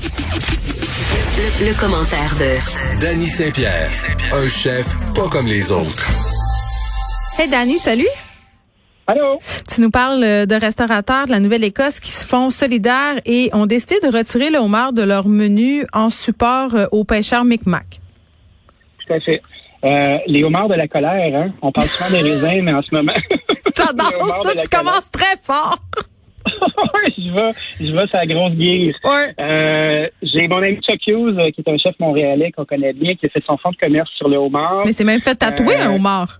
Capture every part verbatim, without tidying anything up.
Le, le commentaire de Dany Saint-Pierre, un chef pas comme les autres. Hey Dany, salut. Allô? Tu nous parles de restaurateurs de la Nouvelle-Écosse qui se font solidaires et ont décidé de retirer le homard de leur menu en support aux pêcheurs Micmac. Tout à fait. Euh, les homards de la colère, hein? On parle souvent des raisins, mais en ce moment... J'adore ça, tu commences très fort! je vais, je vais sur la grosse guise. Ouais. Euh, j'ai mon ami Chuck Hughes, qui est un chef montréalais qu'on connaît bien, qui a fait son fonds de commerce sur le homard. Mais c'est même fait tatouer euh, un homard.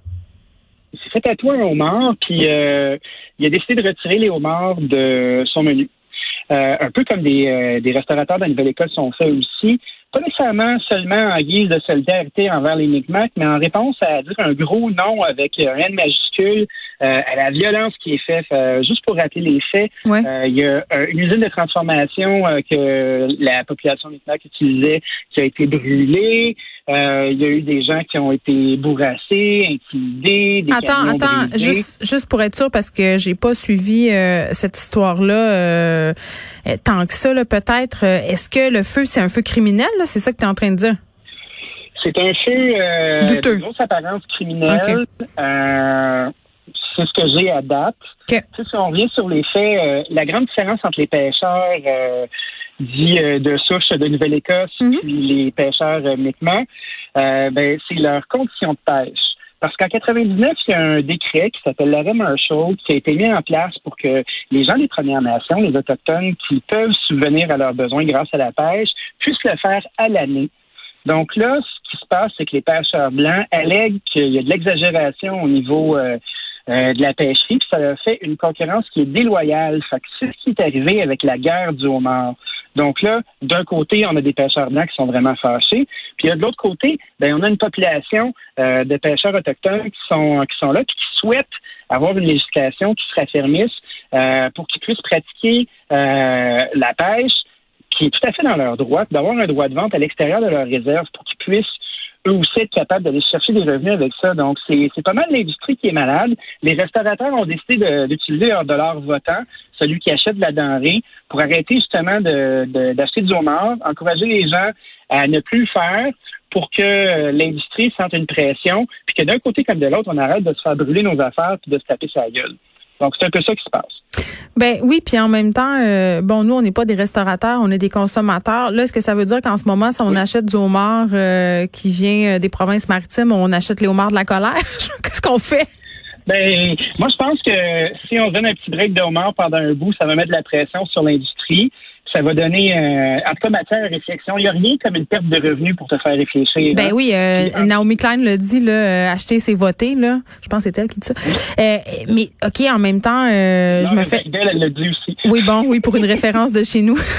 Il s'est fait tatouer un homard, puis euh, il a décidé de retirer les homards de son menu. Euh, un peu comme des, euh, des restaurateurs de la Nouvelle-Écosse sont faits aussi. Pas nécessairement seulement en guise de solidarité envers les Micmacs, mais en réponse à dire un gros non avec un N majuscule euh, à la violence qui est faite. Euh, juste pour rappeler les faits, ouais. euh, il y a euh, une usine de transformation euh, que la population Micmac utilisait qui a été brûlée. Euh, il y a eu des gens qui ont été bourrassés, intimidés, des Attends, camions attends, brisés. juste, juste pour être sûr, parce que j'ai pas suivi euh, cette histoire-là euh, tant que ça, là, peut-être. Euh, est-ce que le feu, c'est un feu criminel, là? C'est ça que tu es en train de dire? C'est un feu euh, douteux. de grosse apparence criminelle. Okay. Euh, c'est ce que j'ai à date. Okay. Tu sais, si on revient sur les faits, euh, la grande différence entre les pêcheurs euh, dits euh, de souche de Nouvelle-Écosse mm-hmm. puis les pêcheurs euh, Micmac, euh, ben, c'est leurs conditions de pêche. Parce qu'en quatre-vingt-dix-neuf, il y a un décret qui s'appelle l'arrêt Marshall qui a été mis en place pour que les gens des Premières Nations, les Autochtones, qui peuvent subvenir à leurs besoins grâce à la pêche, puissent le faire à l'année. Donc là, ce qui se passe, c'est que les pêcheurs blancs allèguent qu'il y a de l'exagération au niveau euh, euh, de la pêcherie, puis ça a fait une concurrence qui est déloyale. Fait que c'est ce qui est arrivé avec la guerre du homard. Donc là, d'un côté, on a des pêcheurs blancs qui sont vraiment fâchés, puis de l'autre côté, ben on a une population euh, de pêcheurs autochtones qui sont qui sont là, puis qui souhaitent avoir une législation qui se raffermisse euh, pour qu'ils puissent pratiquer euh, la pêche, qui est tout à fait dans leur droit, d'avoir un droit de vente à l'extérieur de leur réserve pour qu'ils puissent eux aussi être capables d'aller chercher des revenus avec ça. Donc, c'est, c'est pas mal l'industrie qui est malade. Les restaurateurs ont décidé de, d'utiliser leur dollar votant, celui qui achète de la denrée, pour arrêter justement de, de, d'acheter du homard, encourager les gens à ne plus le faire pour que l'industrie sente une pression, puis que d'un côté comme de l'autre, on arrête de se faire brûler nos affaires puis de se taper sa gueule. Donc, c'est un peu ça qui se passe. Ben oui, puis en même temps, euh, bon, nous, on n'est pas des restaurateurs, on est des consommateurs. Là, est-ce que ça veut dire qu'en ce moment, si on oui. achète du homard euh, qui vient des provinces maritimes, on achète les homards de la colère? Qu'est-ce qu'on fait? Ben, moi, je pense que si on donne un petit break de homard pendant un bout, ça va mettre de la pression sur l'industrie. Ça va donner, euh, en tout cas, matière à réflexion. Il n'y a rien comme une perte de revenus pour te faire réfléchir. Ben hein? oui, euh, Puis, Naomi Klein le dit, là, euh, acheter, c'est voter, là. Je pense que c'est elle qui dit ça. Euh, mais, OK, en même temps, euh, non, je me fais... Belle, elle l'a dit aussi. Oui, bon, oui, pour une référence de chez nous.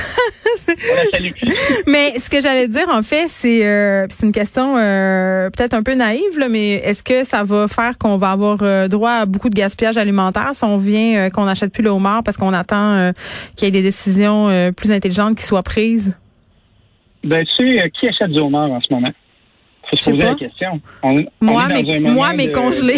Salut. Mais ce que j'allais dire, en fait, c'est euh, c'est une question euh, peut-être un peu naïve, là, mais est-ce que ça va faire qu'on va avoir euh, droit à beaucoup de gaspillage alimentaire si on vient, euh, qu'on n'achète plus le homard parce qu'on attend euh, qu'il y ait des décisions euh, plus intelligentes qui soient prises? Ben, tu sais, euh, qui achète du homard en ce moment? Faut se poser pas. la question. On, moi, on est mais, moi, mais de... congelé.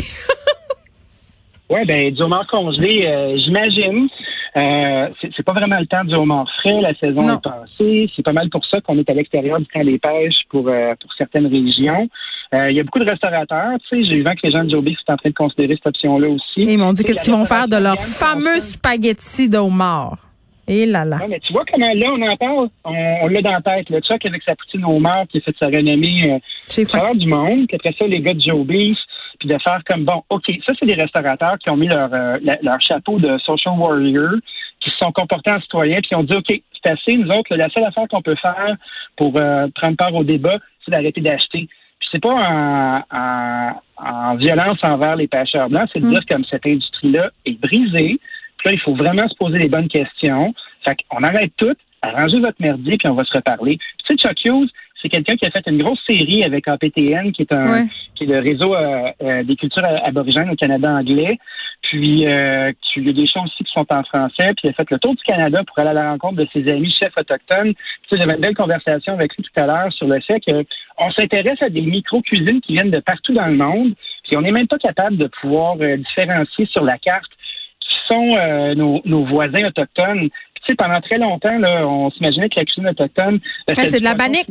Oui, ben du homard congelé, euh, j'imagine. Euh, c'est, c'est pas vraiment le temps du homard frais, la saison non. est passée. C'est pas mal pour ça qu'on est à l'extérieur du camp des pêches pour euh, pour certaines régions. Euh, il y a beaucoup de restaurateurs, tu sais, j'ai vu que les gens de Joe Beef sont en train de considérer cette option-là aussi. Et ils m'ont dit qu'est-ce qu'ils vont faire de leur fameux spaghetti de homard. Et là là. Ouais, mais tu vois comment là on en parle, on, on l'a dans la tête. Le Chuck avec sa poutine au homard qui a fait sa renommée euh, Chez travers du monde. Puis après ça, les gars de Joe Beef, puis de faire comme bon, OK, ça c'est des restaurateurs qui ont mis leur euh, la, leur chapeau de social warrior, qui se sont comportés en citoyens, puis ont dit OK, c'est assez, nous autres, là, la seule affaire qu'on peut faire pour euh, prendre part au débat, c'est d'arrêter d'acheter. Puis c'est pas en, en, en violence envers les pêcheurs blancs, c'est de mm. dire comme cette industrie-là est brisée. Puis là, il faut vraiment se poser les bonnes questions. Fait qu'on arrête tout, arrangez votre merdier, puis on va se reparler. Puis tu sais, Chuck Hughes, c'est quelqu'un qui a fait une grosse série avec A P T N, qui est un, ouais. qui est le réseau euh, euh, des cultures aborigènes au Canada anglais. Puis, euh, il y a des choses aussi qui sont en français. Puis, il a fait le tour du Canada pour aller à la rencontre de ses amis chefs autochtones. Tu sais, j'avais une belle conversation avec lui tout à l'heure sur le fait qu'on s'intéresse à des micro-cuisines qui viennent de partout dans le monde. Puis, on n'est même pas capable de pouvoir euh, différencier sur la carte qui sont euh, nos, nos voisins autochtones. Puis Tu sais, pendant très longtemps, là, on s'imaginait que la cuisine autochtone, ben, c'est de la bannique.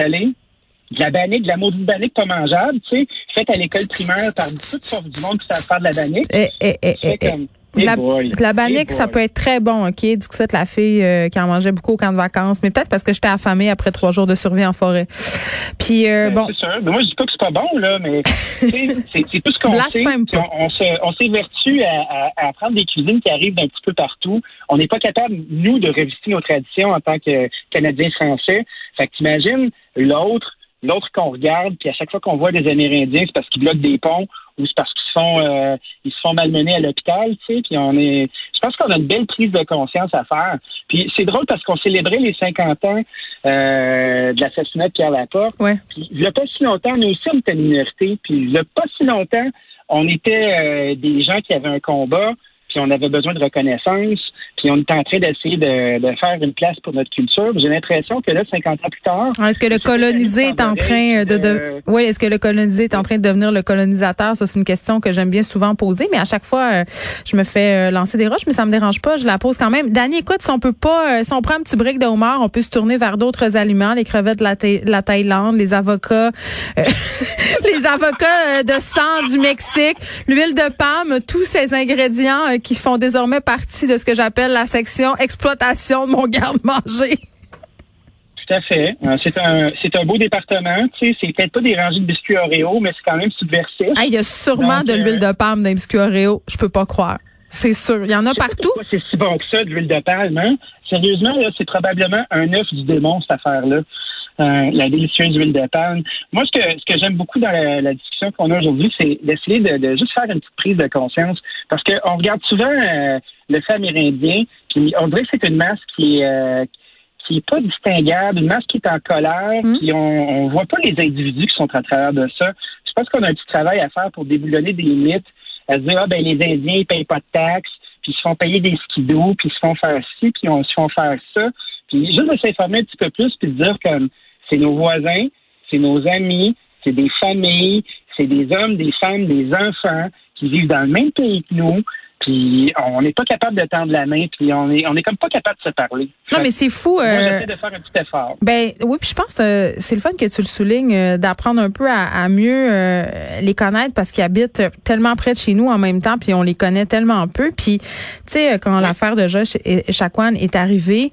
De la bannique, de la maudite bannique pas mangeable, tu sais, faite à l'école primaire par toutes sortes du monde qui savent faire de la bannique. Eh, eh, eh, eh, comme, eh la, la bannique, ça peut être très bon, OK? Dis que c'est la fille euh, qui en mangeait beaucoup au camp de vacances, mais peut-être parce que j'étais affamée après trois jours de survie en forêt. Puis, euh, ben, bon. C'est sûr. Mais moi, je dis pas que c'est pas bon, là, mais c'est, c'est tout ce qu'on sait. On, on, se, on s'évertue à, à, à apprendre des cuisines qui arrivent d'un petit peu partout. On n'est pas capable, nous, de revisiter nos traditions en tant que Canadiens français. Fait que t'imagines l'autre, L'autre qu'on regarde, puis à chaque fois qu'on voit des Amérindiens, c'est parce qu'ils bloquent des ponts ou c'est parce qu'ils se font euh, ils se font malmener à l'hôpital, tu sais. Puis on est, je pense qu'on a une belle prise de conscience à faire. Puis c'est drôle parce qu'on célébrait les cinquante ans euh, de l'assassinat de Pierre Laporte. Ouais. Puis il n'y a pas si longtemps, nous aussi on était une minorité. Puis il n'y a pas si longtemps, on était euh, des gens qui avaient un combat. Puis on avait besoin de reconnaissance, puis on est en train d'essayer de, de faire une place pour notre culture. J'ai l'impression que là, cinquante ans plus tard... Est-ce que le colonisé est en train de... de... Euh... Oui, est-ce que le colonisé est en train de devenir le colonisateur? Ça, c'est une question que j'aime bien souvent poser, mais à chaque fois, euh, je me fais euh, lancer des roches, mais ça me dérange pas, je la pose quand même. Dani, écoute, si on peut pas... Euh, si on prend un petit break de homard, on peut se tourner vers d'autres aliments, les crevettes de la, tha- de la Thaïlande, les avocats, euh, les avocats de sang du Mexique, l'huile de palme, tous ces ingrédients euh, qui font désormais partie de ce que j'appelle la section exploitation de mon garde-manger. Tout à fait. C'est un c'est un beau département. Tu sais, c'est peut-être pas des rangées de biscuits Oreo, mais c'est quand même subversif. Il hey, y a sûrement Donc, de l'huile euh, de palme dans les biscuits Oreo. Je peux pas croire. C'est sûr. Il y en a partout. C'est si bon que ça, de l'huile de palme. Hein? Sérieusement, là, c'est probablement un œuf du démon, cette affaire-là. Euh, la délicieuse huile de palme. Moi, ce que ce que j'aime beaucoup dans la, la discussion qu'on a aujourd'hui, c'est d'essayer de, de juste faire une petite prise de conscience. Parce qu'on regarde souvent euh, le fait amérindien, puis on dirait que c'est une masse qui est euh, qui est pas distinguable, une masse qui est en colère, mmh. puis on, on voit pas les individus qui sont à travers de ça. Je pense qu'on a un petit travail à faire pour déboulonner des mythes, à se dire, ah ben les Indiens, ils payent pas de taxes, puis ils se font payer des skidoo, puis ils se font faire ci, puis on se font faire ça. Puis juste de s'informer un petit peu plus, puis de dire comme c'est nos voisins, c'est nos amis, c'est des familles, c'est des hommes, des femmes, des enfants qui vivent dans le même pays que nous. Puis on n'est pas capable de tendre la main, puis on est on est comme pas capable de se parler. Non, mais c'est fou. Moi, euh, j'essaie de faire un petit effort. Ben oui, puis je pense que euh, c'est le fun que tu le soulignes, euh, d'apprendre un peu à, à mieux euh, les connaître parce qu'ils habitent tellement près de chez nous en même temps, puis on les connaît tellement peu. Puis tu sais, quand ouais. l'affaire de Josh Echaquan est arrivée,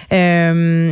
euh,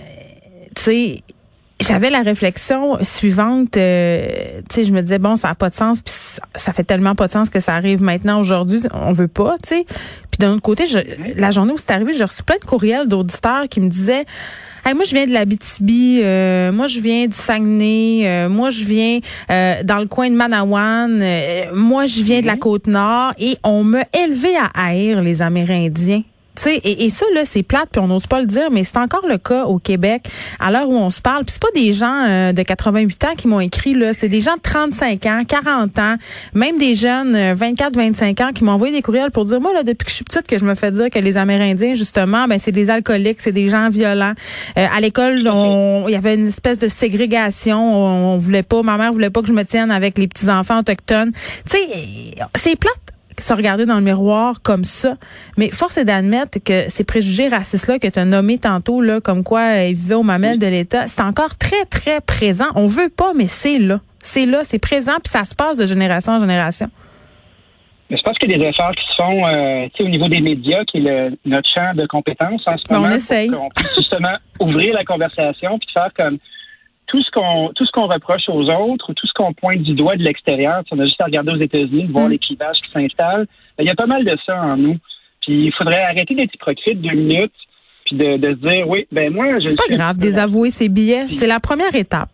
tu sais. J'avais la réflexion suivante, euh, tu sais, je me disais bon, ça a pas de sens, puis ça fait tellement pas de sens que ça arrive maintenant aujourd'hui, on veut pas, tu sais. Puis d'un autre côté, je, la journée où c'est arrivé, j'ai reçu plein de courriels d'auditeurs qui me disaient hey, moi je viens de l'Abitibi, euh, moi je viens du Saguenay, euh, moi je viens euh, dans le coin de Manawan, euh, moi je viens de la Côte-Nord et on m'a élevé à haïr les Amérindiens. Tu sais, et, et ça, là, c'est plate, puis on n'ose pas le dire, mais c'est encore le cas au Québec, à l'heure où on se parle. Puis c'est pas des gens euh, de quatre-vingt-huit ans qui m'ont écrit, là. C'est des gens de trente-cinq ans, quarante ans, même des jeunes euh, vingt-quatre, vingt-cinq ans qui m'ont envoyé des courriels pour dire, moi, là, depuis que je suis petite, que je me fais dire que les Amérindiens, justement, ben c'est des alcooliques, c'est des gens violents. Euh, à l'école, on il y avait une espèce de ségrégation. On, on voulait pas, ma mère voulait pas que je me tienne avec les petits-enfants autochtones. Tu sais, c'est plate se regarder dans le miroir comme ça. Mais force est d'admettre que ces préjugés racistes-là que tu as nommés tantôt, là, comme quoi ils vivaient aux mamelles de l'État, c'est encore très, très présent. On veut pas, mais c'est là. C'est là, c'est présent, puis ça se passe de génération en génération. Mais je pense qu'il y a des efforts qui se font euh, au niveau des médias, qui est le, notre champ de compétences en ce moment. On essaye. Pour qu'on puisse justement ouvrir la conversation puis faire comme tout ce qu'on tout ce qu'on reproche aux autres ou tout ce qu'on pointe du doigt de l'extérieur. On a juste à regarder aux États-Unis, de voir mm. les clivages qui s'installent. Il y a pas mal de ça en nous. Puis il faudrait arrêter d'être hypocrite deux minutes puis de, de se dire oui, ben moi je. C'est pas grave, désavouer ses billets. Puis, c'est la première étape.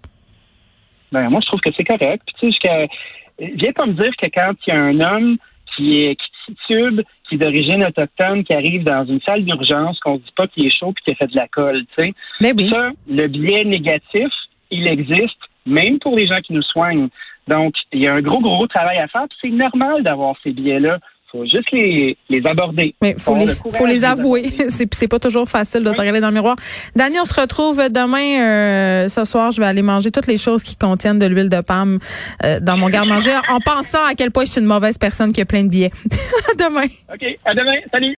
Ben moi je trouve que c'est correct. Puis tu sais, jusqu'à viens pas me dire que quand il y a un homme qui est qui titube, qui est d'origine autochtone, qui arrive dans une salle d'urgence, qu'on se dit pas qu'il est chaud puis qu'il a fait de la colle, tu sais. Ben oui. Ça, le biais négatif, il existe, même pour les gens qui nous soignent. Donc, il y a un gros, gros travail à faire, puis c'est normal d'avoir ces biais-là. Il faut juste les, les aborder. Mais faut les, faut les avouer. c'est, c'est pas toujours facile de oui. se regarder dans le miroir. Dani, on se retrouve demain. Euh, ce soir, je vais aller manger toutes les choses qui contiennent de l'huile de palme euh, dans mon garde-manger en pensant à quel point je suis une mauvaise personne qui a plein de billets. À demain. OK. À demain. Salut.